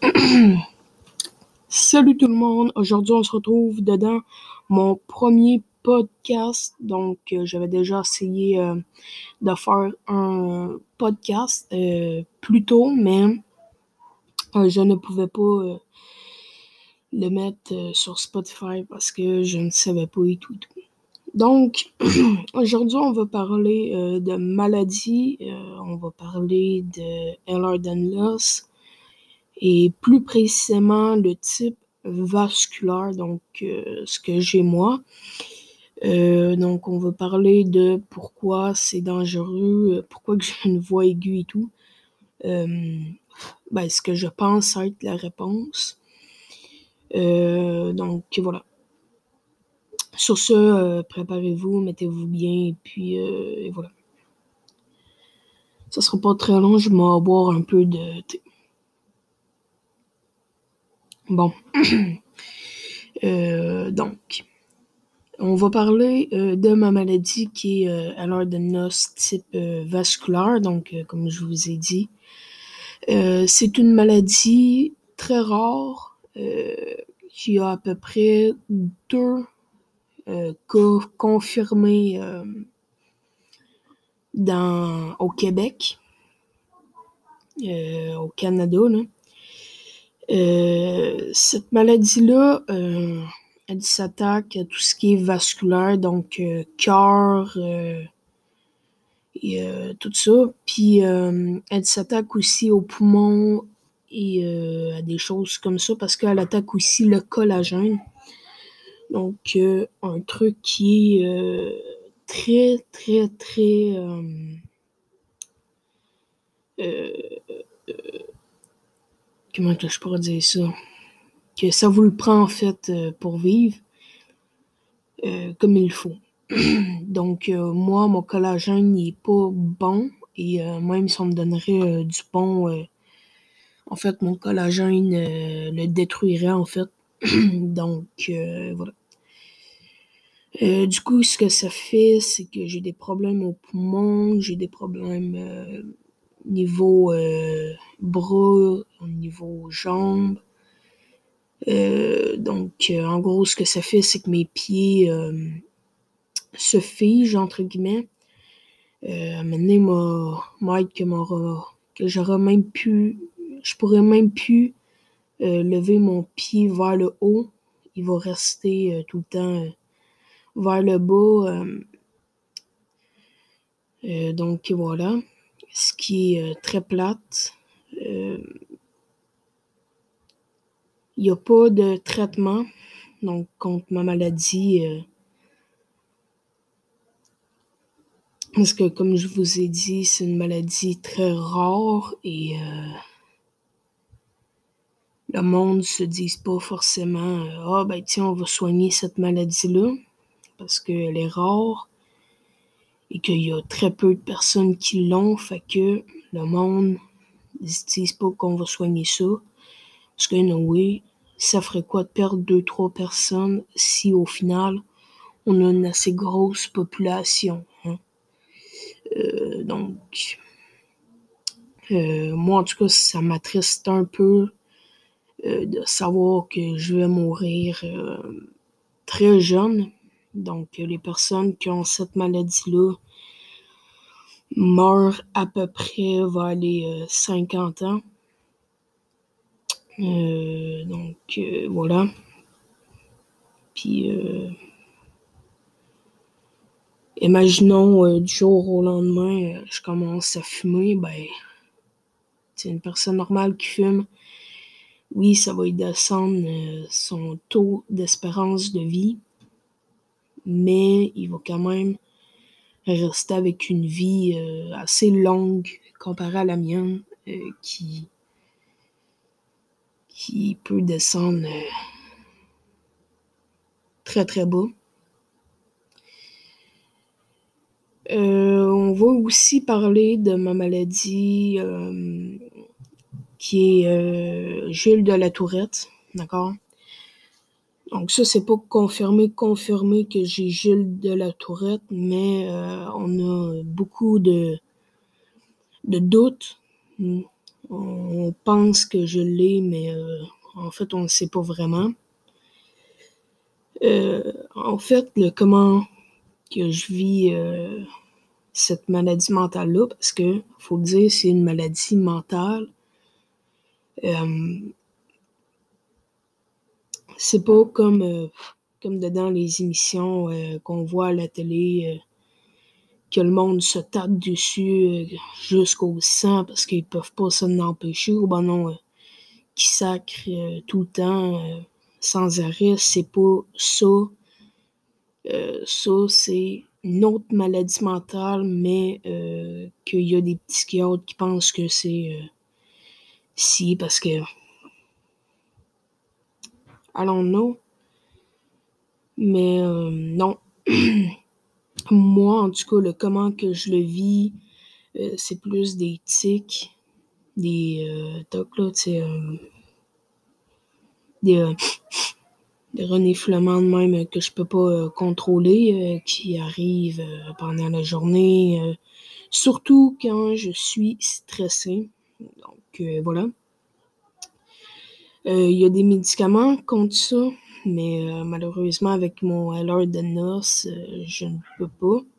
Salut tout le monde, aujourd'hui on se retrouve dedans mon premier podcast. Donc j'avais déjà essayé de faire un podcast plus tôt, mais je ne pouvais pas le mettre sur Spotify parce que je ne savais pas et tout. Donc aujourd'hui on va parler de maladies, on va parler de Ehlers-Danlos et plus précisément le type vasculaire, donc ce que j'ai moi. Donc on va parler de pourquoi c'est dangereux, pourquoi que j'ai une voix aiguë et tout. Ce que je pense être la réponse. Donc voilà. Sur ce, préparez-vous, mettez-vous bien et voilà. Ça sera pas très long, je vais boire un peu de thé. Bon. Donc, on va parler de ma maladie qui est Ehlers-Danlos type vasculaire, donc comme je vous ai dit. C'est une maladie très rare qui a à peu près 2 cas confirmés au Québec, au Canada, là. Cette maladie-là, elle s'attaque à tout ce qui est vasculaire, donc cœur et tout ça. Puis elle s'attaque aussi aux poumons et à des choses comme ça parce qu'elle attaque aussi le collagène. Donc un truc qui est très, très, très comment que je pourrais dire ça? Que ça vous le prend en fait pour vivre comme il faut. Donc moi, mon collagène n'est pas bon et même si on me donnerait du bon, en fait, mon collagène le détruirait en fait. Donc voilà. Du coup, ce que ça fait, c'est que j'ai des problèmes aux poumons, j'ai des problèmes niveau bras, au niveau jambes. Donc, en gros, ce que ça fait, c'est que mes pieds se figent, entre guillemets. À un moment donné, m'a être que j'aurais même pu, je pourrais même plus lever mon pied vers le haut. Il va rester tout le temps vers le bas. Donc voilà, ce qui est très plate. Il n'y a pas de traitement donc contre ma maladie. Parce que comme je vous ai dit, c'est une maladie très rare et le monde se dit pas forcément ah ben tiens, on va soigner cette maladie-là parce qu'elle est rare et qu'il y a très peu de personnes qui l'ont, fait que le monde ne se dit pas qu'on va soigner ça. Parce que oui, ça ferait quoi de perdre 2-3 personnes si au final on a une assez grosse population, hein? Donc moi en tout cas ça m'attriste un peu de savoir que je vais mourir très jeune. Donc les personnes qui ont cette maladie-là meurent à peu près vers les 50 ans. Donc voilà. Puis imaginons du jour au lendemain, je commence à fumer, ben c'est une personne normale qui fume. Oui, ça va y descendre son taux d'espérance de vie, mais il va quand même rester avec une vie assez longue comparée à la mienne, qui peut descendre très très bas. On va aussi parler de ma maladie qui est Gilles de la Tourette, d'accord? Donc ça, c'est pas confirmé que j'ai Gilles de la Tourette, mais on a beaucoup de doutes On pense que je l'ai, mais en fait, on ne sait pas vraiment. En fait, comment que je vis cette maladie mentale-là, parce que, faut le dire, c'est une maladie mentale. C'est pas comme dedans les émissions qu'on voit à la télé, que le monde se tape dessus jusqu'au sang parce qu'ils peuvent pas s'en empêcher, ou ben non, qui sacrent tout le temps sans arrêt. C'est pas ça. Ça, c'est une autre maladie mentale, mais qu'il y a des psychiatres qui pensent que c'est si, parce que I don't know, mais non. Moi, en tout cas, comment que je le vis, c'est plus des tics, des tocs, là, tu sais, des, des reniflements de même que je peux pas contrôler, qui arrivent pendant la journée, surtout quand je suis stressée. Donc, voilà. Il y a des médicaments contre ça, mais malheureusement, avec mon alerte de noces, je ne peux pas.